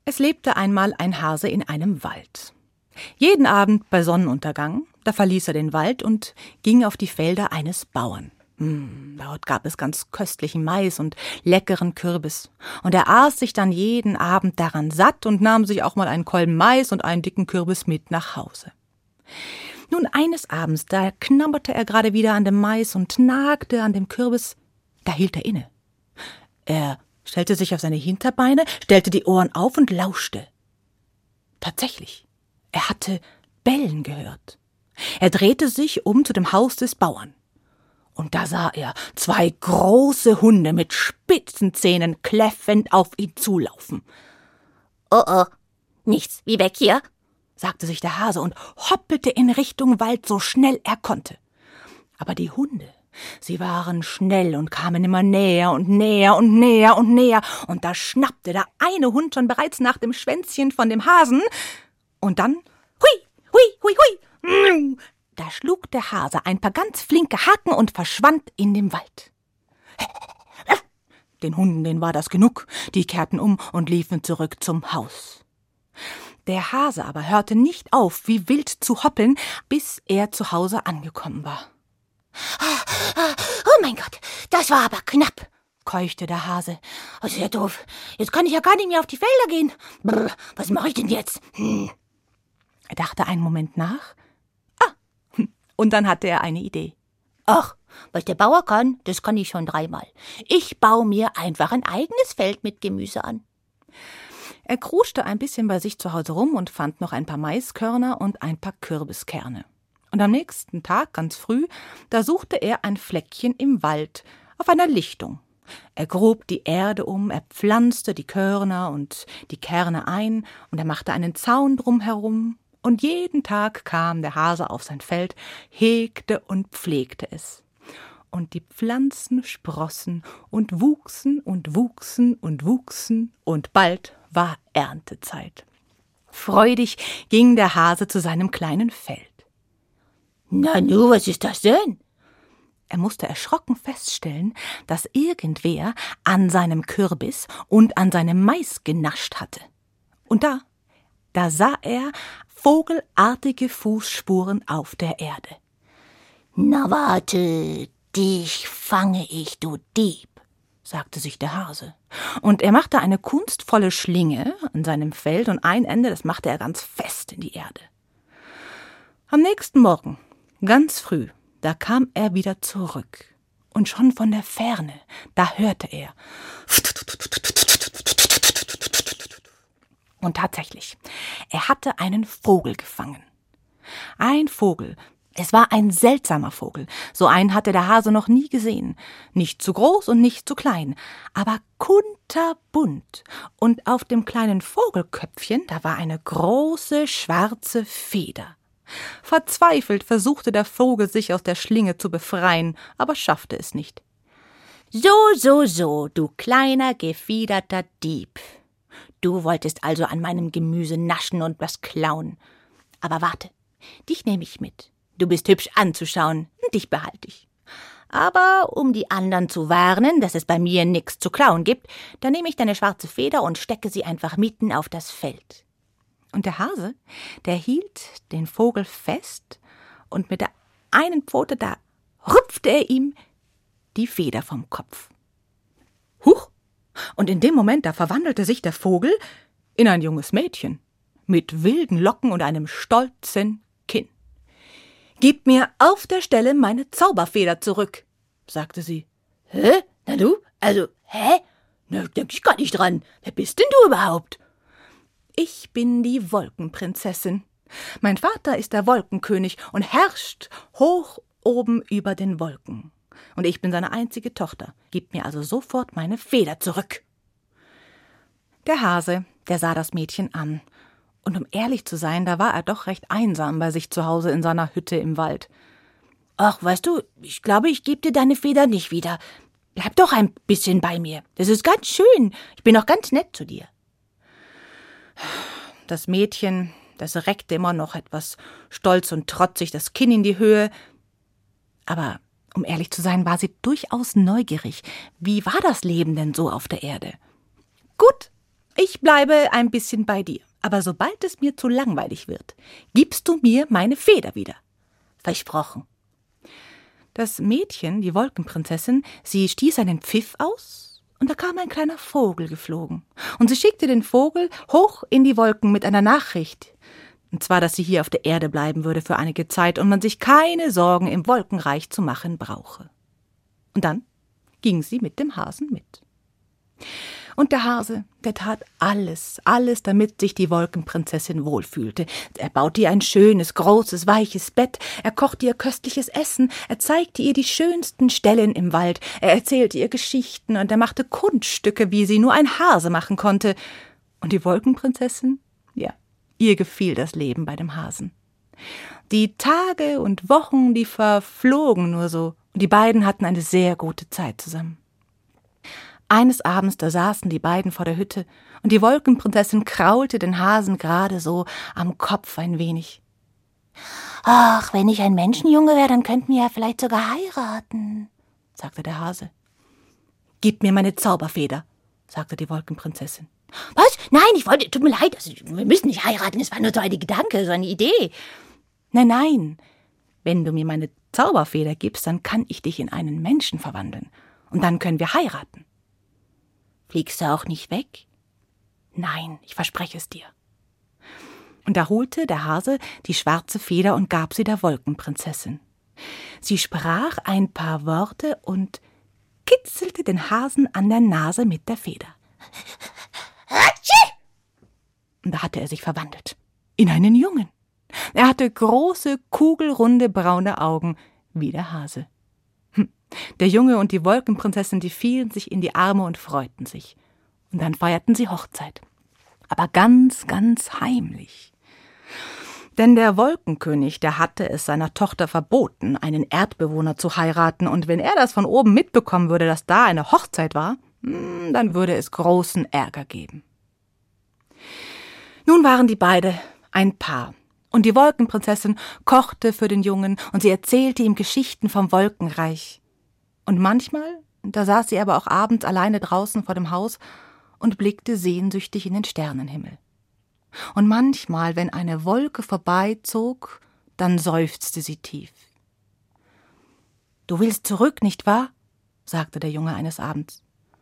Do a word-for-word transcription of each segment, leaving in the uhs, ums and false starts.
Es lebte einmal ein Hase in einem Wald. Jeden Abend bei Sonnenuntergang, da verließ er den Wald und ging auf die Felder eines Bauern. Hm, dort gab es ganz köstlichen Mais und leckeren Kürbis. Und er aß sich dann jeden Abend daran satt und nahm sich auch mal einen Kolben Mais und einen dicken Kürbis mit nach Hause. Nun, eines Abends, da knabberte er gerade wieder an dem Mais und nagte an dem Kürbis, da hielt er inne. Er stellte sich auf seine Hinterbeine, stellte die Ohren auf und lauschte. Tatsächlich, er hatte Bellen gehört. Er drehte sich um zu dem Haus des Bauern. Und da sah er zwei große Hunde mit spitzen Zähnen kläffend auf ihn zulaufen. »Oh oh, nichts wie weg hier«, sagte sich der Hase und hoppelte in Richtung Wald, so schnell er konnte. Aber die Hunde, sie waren schnell und kamen immer näher und näher und näher und näher. Und da schnappte der eine Hund schon bereits nach dem Schwänzchen von dem Hasen. Und dann, hui, hui, hui, hui, da schlug der Hase ein paar ganz flinke Haken und verschwand in dem Wald. Den Hunden, denen war das genug. Die kehrten um und liefen zurück zum Haus. Der Hase aber hörte nicht auf, wie wild zu hoppeln, bis er zu Hause angekommen war. »Oh mein Gott, das war aber knapp«, keuchte der Hase. »Das ist ja doof. Jetzt kann ich ja gar nicht mehr auf die Felder gehen. Brr, was mache ich denn jetzt?« Hm. Er dachte einen Moment nach. Ah, und dann hatte er eine Idee. »Ach, was der Bauer kann, das kann ich schon dreimal. Ich baue mir einfach ein eigenes Feld mit Gemüse an.« Er kruschte ein bisschen bei sich zu Hause rum und fand noch ein paar Maiskörner und ein paar Kürbiskerne. Und am nächsten Tag, ganz früh, da suchte er ein Fleckchen im Wald, auf einer Lichtung. Er grub die Erde um, er pflanzte die Körner und die Kerne ein und er machte einen Zaun drumherum. Und jeden Tag kam der Hase auf sein Feld, hegte und pflegte es. Und die Pflanzen sprossen und wuchsen und wuchsen und wuchsen und bald war Erntezeit. Freudig ging der Hase zu seinem kleinen Feld. »Na nu, was ist das denn?« Er musste erschrocken feststellen, dass irgendwer an seinem Kürbis und an seinem Mais genascht hatte. Und da, da sah er vogelartige Fußspuren auf der Erde. »Na warte, dich fange ich, du Dieb«, sagte sich der Hase. Und er machte eine kunstvolle Schlinge an seinem Feld und ein Ende, das machte er ganz fest in die Erde. Am nächsten Morgen, ganz früh, da kam er wieder zurück. Und schon von der Ferne, da hörte er. Und tatsächlich, er hatte einen Vogel gefangen. Ein Vogel. Es war ein seltsamer Vogel. So einen hatte der Hase noch nie gesehen. Nicht zu groß und nicht zu klein, aber kunterbunt. Und auf dem kleinen Vogelköpfchen, da war eine große schwarze Feder. Verzweifelt versuchte der Vogel, sich aus der Schlinge zu befreien, aber schaffte es nicht. »So, so, so, du kleiner, gefiederter Dieb. Du wolltest also an meinem Gemüse naschen und was klauen. Aber warte, dich nehme ich mit. Du bist hübsch anzuschauen, dich behalte ich. Aber um die anderen zu warnen, dass es bei mir nichts zu klauen gibt, dann nehme ich deine schwarze Feder und stecke sie einfach mitten auf das Feld.« Und der Hase, der hielt den Vogel fest und mit der einen Pfote, da rupfte er ihm die Feder vom Kopf. Huch! Und in dem Moment, da verwandelte sich der Vogel in ein junges Mädchen mit wilden Locken und einem stolzen Kinn. »Gib mir auf der Stelle meine Zauberfeder zurück«, sagte sie. »Hä? Na du? Also, hä? Na, denk ich gar nicht dran. Wer bist denn du überhaupt?« »Ich bin die Wolkenprinzessin. Mein Vater ist der Wolkenkönig und herrscht hoch oben über den Wolken. Und ich bin seine einzige Tochter. Gib mir also sofort meine Feder zurück.« Der Hase, der sah das Mädchen an. Und um ehrlich zu sein, da war er doch recht einsam bei sich zu Hause in seiner Hütte im Wald. »Ach, weißt du, ich glaube, ich gebe dir deine Feder nicht wieder. Bleib doch ein bisschen bei mir. Das ist ganz schön. Ich bin auch ganz nett zu dir.« Das Mädchen, das reckte immer noch etwas stolz und trotzig das Kinn in die Höhe. Aber um ehrlich zu sein, war sie durchaus neugierig. Wie war das Leben denn so auf der Erde? »Gut«, Ich bleibe ein bisschen bei dir, aber sobald es mir zu langweilig wird, gibst du mir meine Feder wieder. Versprochen. Das Mädchen, die Wolkenprinzessin, sie stieß einen Pfiff aus, und da kam ein kleiner Vogel geflogen. Und sie schickte den Vogel hoch in die Wolken mit einer Nachricht. Und zwar, dass sie hier auf der Erde bleiben würde für einige Zeit und man sich keine Sorgen im Wolkenreich zu machen brauche. Und dann ging sie mit dem Hasen mit. Und der Hase, der tat alles, alles, damit sich die Wolkenprinzessin wohlfühlte. Er baute ihr ein schönes, großes, weiches Bett, er kochte ihr köstliches Essen, er zeigte ihr die schönsten Stellen im Wald, er erzählte ihr Geschichten und er machte Kunststücke, wie sie nur ein Hase machen konnte. Und die Wolkenprinzessin, ja, ihr gefiel das Leben bei dem Hasen. Die Tage und Wochen, die verflogen nur so, und die beiden hatten eine sehr gute Zeit zusammen. Eines Abends, da saßen die beiden vor der Hütte, und die Wolkenprinzessin kraulte den Hasen gerade so am Kopf ein wenig. »Ach, wenn ich ein Menschenjunge wäre, dann könnten wir ja vielleicht sogar heiraten«, sagte der Hase. »Gib mir meine Zauberfeder«, sagte die Wolkenprinzessin. »Was? Nein, ich wollte, tut mir leid, also, wir müssen nicht heiraten, es war nur so eine Gedanke, so eine Idee.« »Nein, nein, wenn du mir meine Zauberfeder gibst, dann kann ich dich in einen Menschen verwandeln, und dann können wir heiraten.« »Fliegst du auch nicht weg?« »Nein, ich verspreche es dir.« Und da holte der Hase die schwarze Feder und gab sie der Wolkenprinzessin. Sie sprach ein paar Worte und kitzelte den Hasen an der Nase mit der Feder. Und da hatte er sich verwandelt in einen Jungen. Er hatte große, kugelrunde, braune Augen, wie der Hase. Der Junge und die Wolkenprinzessin, die fielen sich in die Arme und freuten sich. Und dann feierten sie Hochzeit. Aber ganz, ganz heimlich. Denn der Wolkenkönig, der hatte es seiner Tochter verboten, einen Erdbewohner zu heiraten. Und wenn er das von oben mitbekommen würde, dass da eine Hochzeit war, dann würde es großen Ärger geben. Nun waren die beide ein Paar. Und die Wolkenprinzessin kochte für den Jungen und sie erzählte ihm Geschichten vom Wolkenreich. Und manchmal, da saß sie aber auch abends alleine draußen vor dem Haus und blickte sehnsüchtig in den Sternenhimmel. Und manchmal, wenn eine Wolke vorbeizog, dann seufzte sie tief. »Du willst zurück, nicht wahr?« sagte der Junge eines Abends.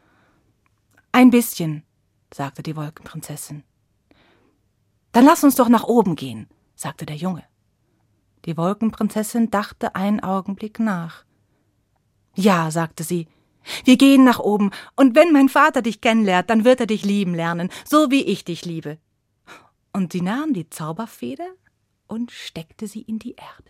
»Ein bisschen«, sagte die Wolkenprinzessin. »Dann lass uns doch nach oben gehen«, sagte der Junge. Die Wolkenprinzessin dachte einen Augenblick nach. »Ja«, sagte sie, »wir gehen nach oben, und wenn mein Vater dich kennenlernt, dann wird er dich lieben lernen, so wie ich dich liebe.« Und sie nahm die Zauberfeder und steckte sie in die Erde.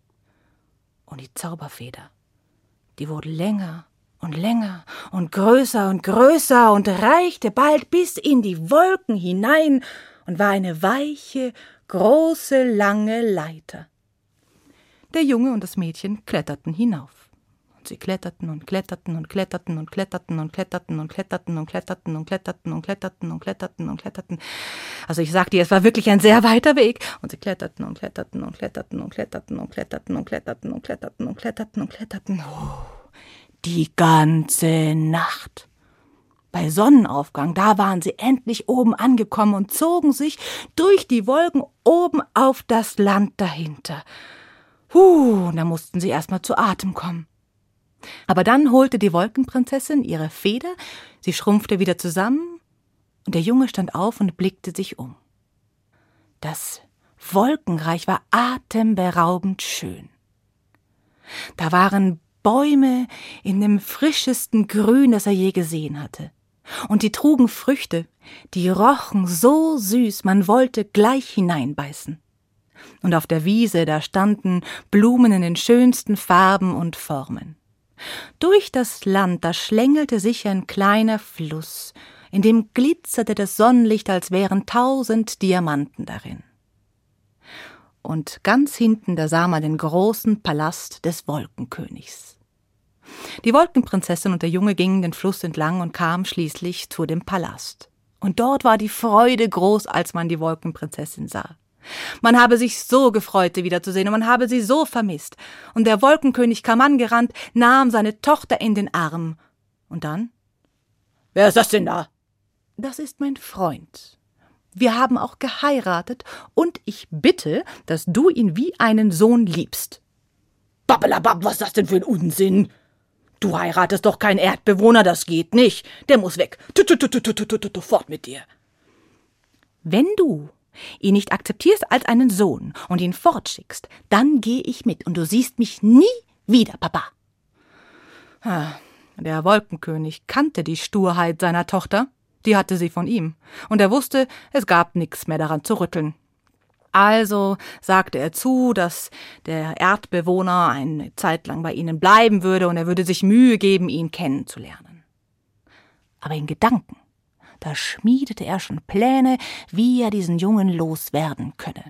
Und die Zauberfeder, die wurde länger und länger und größer und größer und reichte bald bis in die Wolken hinein und war eine weiche, große, lange Leiter. Der Junge und das Mädchen kletterten hinauf. Sie kletterten und kletterten und kletterten und kletterten und kletterten und kletterten und kletterten und kletterten und kletterten und kletterten und kletterten. Also ich sag dir, es war wirklich ein sehr weiter Weg. Und sie kletterten und kletterten und kletterten und kletterten und kletterten und kletterten und kletterten und kletterten und kletterten. Die ganze Nacht. Bei Sonnenaufgang, da waren sie endlich oben angekommen und zogen sich durch die Wolken oben auf das Land dahinter. Huh, da mussten sie erst mal zu Atem kommen. Aber dann holte die Wolkenprinzessin ihre Feder, sie schrumpfte wieder zusammen, und der Junge stand auf und blickte sich um. Das Wolkenreich war atemberaubend schön. Da waren Bäume in dem frischesten Grün, das er je gesehen hatte. Und die trugen Früchte, die rochen so süß, man wollte gleich hineinbeißen. Und auf der Wiese, da standen Blumen in den schönsten Farben und Formen. Durch das Land, da schlängelte sich ein kleiner Fluss, in dem glitzerte das Sonnenlicht, als wären tausend Diamanten darin. Und ganz hinten, da sah man den großen Palast des Wolkenkönigs. Die Wolkenprinzessin und der Junge gingen den Fluss entlang und kamen schließlich zu dem Palast. Und dort war die Freude groß, als man die Wolkenprinzessin sah. Man habe sich so gefreut, sie wiederzusehen, und man habe sie so vermisst. Und der Wolkenkönig kam angerannt, nahm seine Tochter in den Arm. Und dann: »Wer ist das denn da?« das ist mein Freund. Wir haben auch geheiratet und ich bitte, dass du ihn wie einen Sohn liebst. Babbelabab, was ist das denn für ein Unsinn? Du heiratest doch keinen Erdbewohner, das geht nicht. Der muss weg. Tutututututututu, fort mit dir. Wenn du ihn nicht akzeptierst als einen Sohn und ihn fortschickst, dann gehe ich mit und du siehst mich nie wieder, Papa. Der Wolkenkönig kannte die Sturheit seiner Tochter, die hatte sie von ihm, und er wusste, es gab nichts mehr daran zu rütteln. Also sagte er zu, dass der Erdbewohner eine Zeit lang bei ihnen bleiben würde und er würde sich Mühe geben, ihn kennenzulernen. Aber in Gedanken, da schmiedete er schon Pläne, wie er diesen Jungen loswerden könne.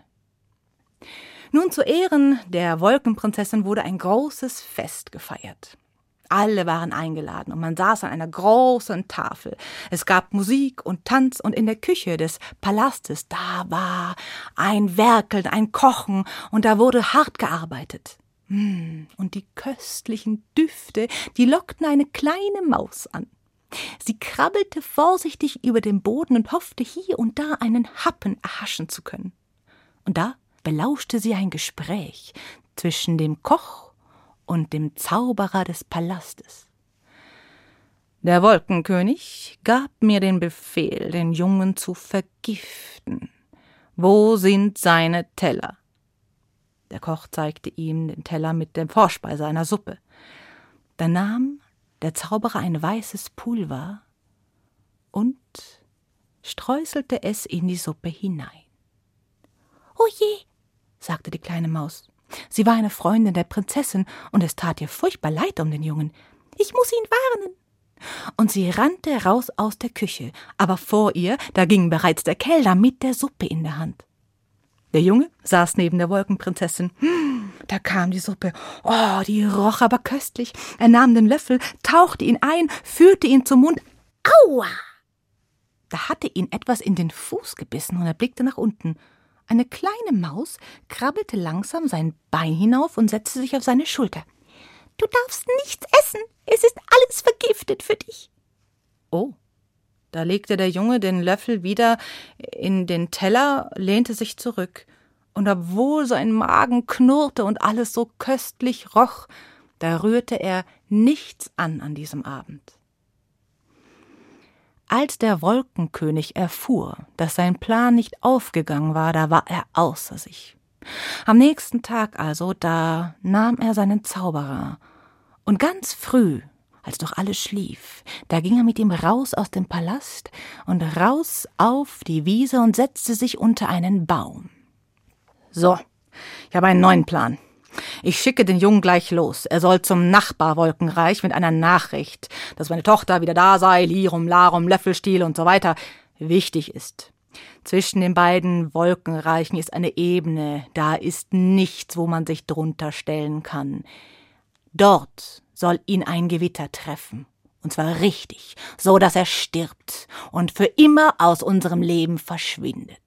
Nun, zu Ehren der Wolkenprinzessin wurde ein großes Fest gefeiert. Alle waren eingeladen und man saß an einer großen Tafel. Es gab Musik und Tanz und in der Küche des Palastes, da war ein Werkeln, ein Kochen und da wurde hart gearbeitet. Und die köstlichen Düfte, die lockten eine kleine Maus an. Sie krabbelte vorsichtig über den Boden und hoffte hier und da einen Happen erhaschen zu können. Und da belauschte sie ein Gespräch zwischen dem Koch und dem Zauberer des Palastes. Der Wolkenkönig gab mir den Befehl, den Jungen zu vergiften. Wo sind seine Teller? Der Koch zeigte ihm den Teller mit der Vorspeise einer Suppe. Da nahm der Zauberer ein weißes Pulver und streuselte es in die Suppe hinein. »Oh je«, sagte die kleine Maus. Sie war eine Freundin der Prinzessin, und es tat ihr furchtbar leid um den Jungen. »Ich muss ihn warnen.« Und sie rannte raus aus der Küche, aber vor ihr, da ging bereits der Kellner mit der Suppe in der Hand. Der Junge saß neben der Wolkenprinzessin. Hm, da kam die Suppe. Oh, die roch aber köstlich. Er nahm den Löffel, tauchte ihn ein, führte ihn zum Mund. Aua! Da hatte ihn etwas in den Fuß gebissen und er blickte nach unten. Eine kleine Maus krabbelte langsam sein Bein hinauf und setzte sich auf seine Schulter. »Du darfst nichts essen, es ist alles vergiftet für dich.« Oh, da legte der Junge den Löffel wieder in den Teller, lehnte sich zurück, und obwohl sein Magen knurrte und alles so köstlich roch, da rührte er nichts an an diesem Abend. Als der Wolkenkönig erfuhr, dass sein Plan nicht aufgegangen war, da war er außer sich. Am nächsten Tag also, da nahm er seinen Zauberer, und ganz früh, als noch alles schlief, da ging er mit ihm raus aus dem Palast und raus auf die Wiese und setzte sich unter einen Baum. »So, ich habe einen neuen Plan. Ich schicke den Jungen gleich los. Er soll zum Nachbarwolkenreich mit einer Nachricht, dass meine Tochter wieder da sei, Lirum, Larum, Löffelstiel und so weiter. Wichtig ist, zwischen den beiden Wolkenreichen ist eine Ebene, da ist nichts, wo man sich drunter stellen kann. Dort soll ihn ein Gewitter treffen, und zwar richtig, so dass er stirbt und für immer aus unserem Leben verschwindet.«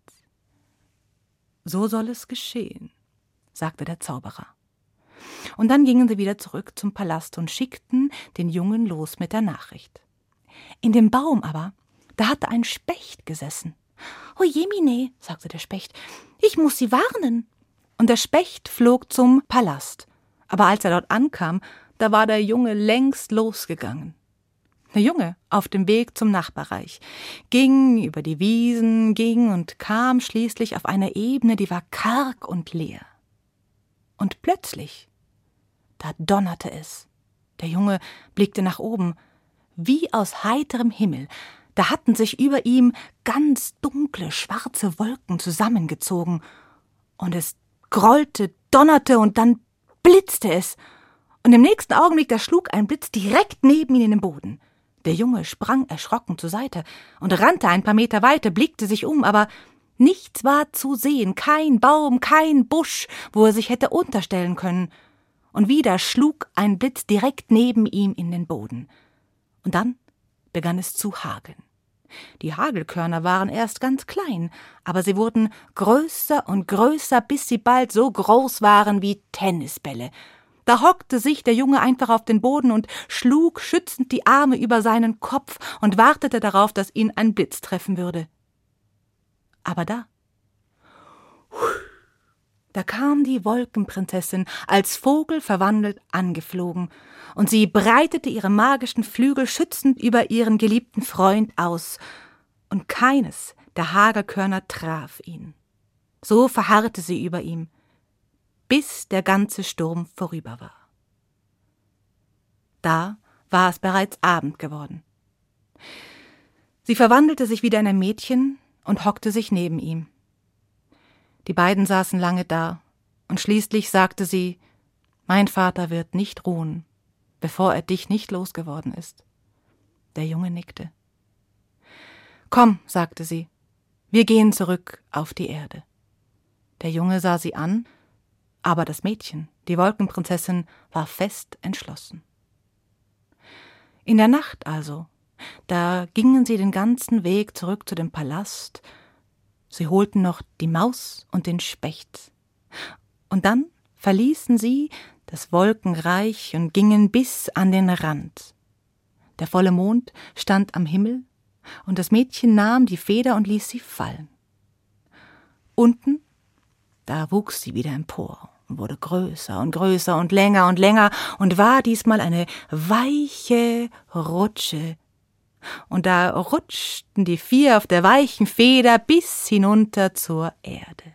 »So soll es geschehen«, sagte der Zauberer. Und dann gingen sie wieder zurück zum Palast und schickten den Jungen los mit der Nachricht. In dem Baum aber, da hatte ein Specht gesessen. »O jemine«, sagte der Specht, »ich muss Sie warnen.« Und der Specht flog zum Palast. Aber als er dort ankam, da war der Junge längst losgegangen. Der Junge, auf dem Weg zum Nachbarreich, ging über die Wiesen, ging und kam schließlich auf eine Ebene, die war karg und leer. Und plötzlich, da donnerte es. Der Junge blickte nach oben, wie aus heiterem Himmel. Da hatten sich über ihm ganz dunkle, schwarze Wolken zusammengezogen. Und es grollte, donnerte und dann blitzte es. Und im nächsten Augenblick, da schlug ein Blitz direkt neben ihn in den Boden. Der Junge sprang erschrocken zur Seite und rannte ein paar Meter weiter, blickte sich um, aber nichts war zu sehen, kein Baum, kein Busch, wo er sich hätte unterstellen können. Und wieder schlug ein Blitz direkt neben ihm in den Boden. Und dann begann es zu hageln. Die Hagelkörner waren erst ganz klein, aber sie wurden größer und größer, bis sie bald so groß waren wie Tennisbälle. Da hockte sich der Junge einfach auf den Boden und schlug schützend die Arme über seinen Kopf und wartete darauf, dass ihn ein Blitz treffen würde. Aber da, da kam die Wolkenprinzessin als Vogel verwandelt angeflogen, und sie breitete ihre magischen Flügel schützend über ihren geliebten Freund aus, und keines der Hagelkörner traf ihn. So verharrte sie über ihm, bis der ganze Sturm vorüber war. Da war es bereits Abend geworden. Sie verwandelte sich wieder in ein Mädchen und hockte sich neben ihm. Die beiden saßen lange da, und schließlich sagte sie: »Mein Vater wird nicht ruhen, bevor er dich nicht losgeworden ist.« Der Junge nickte. »Komm«, sagte sie, »wir gehen zurück auf die Erde.« Der Junge sah sie an, aber das Mädchen, die Wolkenprinzessin, war fest entschlossen. In der Nacht also, da gingen sie den ganzen Weg zurück zu dem Palast. Sie holten noch die Maus und den Specht. Und dann verließen sie das Wolkenreich und gingen bis an den Rand. Der volle Mond stand am Himmel, und das Mädchen nahm die Feder und ließ sie fallen. Unten, da wuchs sie wieder empor und wurde größer und größer und länger und länger und war diesmal eine weiche Rutsche. Und da rutschten die vier auf der weichen Feder bis hinunter zur Erde.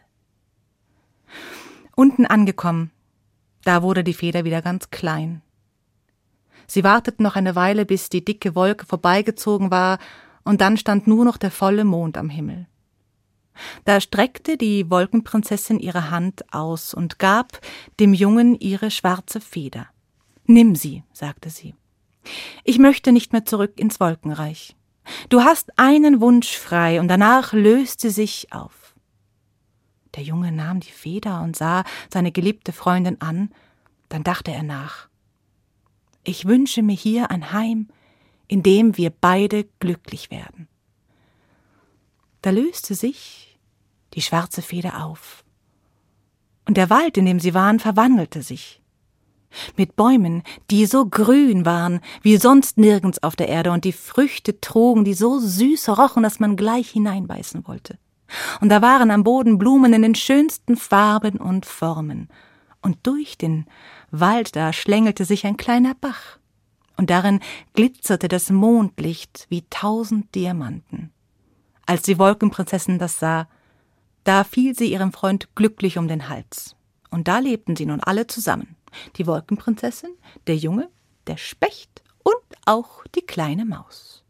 Unten angekommen, da wurde die Feder wieder ganz klein. Sie warteten noch eine Weile, bis die dicke Wolke vorbeigezogen war, und dann stand nur noch der volle Mond am Himmel. Da streckte die Wolkenprinzessin ihre Hand aus und gab dem Jungen ihre schwarze Feder. »Nimm sie«, sagte sie. »Ich möchte nicht mehr zurück ins Wolkenreich. Du hast einen Wunsch frei, und danach löst sie sich auf.« Der Junge nahm die Feder und sah seine geliebte Freundin an. Dann dachte er nach. »Ich wünsche mir hier ein Heim, in dem wir beide glücklich werden.« Da löste sich die schwarze Feder auf, und der Wald, in dem sie waren, verwandelte sich. Mit Bäumen, die so grün waren wie sonst nirgends auf der Erde und die Früchte trugen, die so süß rochen, dass man gleich hineinbeißen wollte. Und da waren am Boden Blumen in den schönsten Farben und Formen. Und durch den Wald da schlängelte sich ein kleiner Bach, und darin glitzerte das Mondlicht wie tausend Diamanten. Als die Wolkenprinzessin das sah, da fiel sie ihrem Freund glücklich um den Hals. Und da lebten sie nun alle zusammen. Die Wolkenprinzessin, der Junge, der Specht und auch die kleine Maus.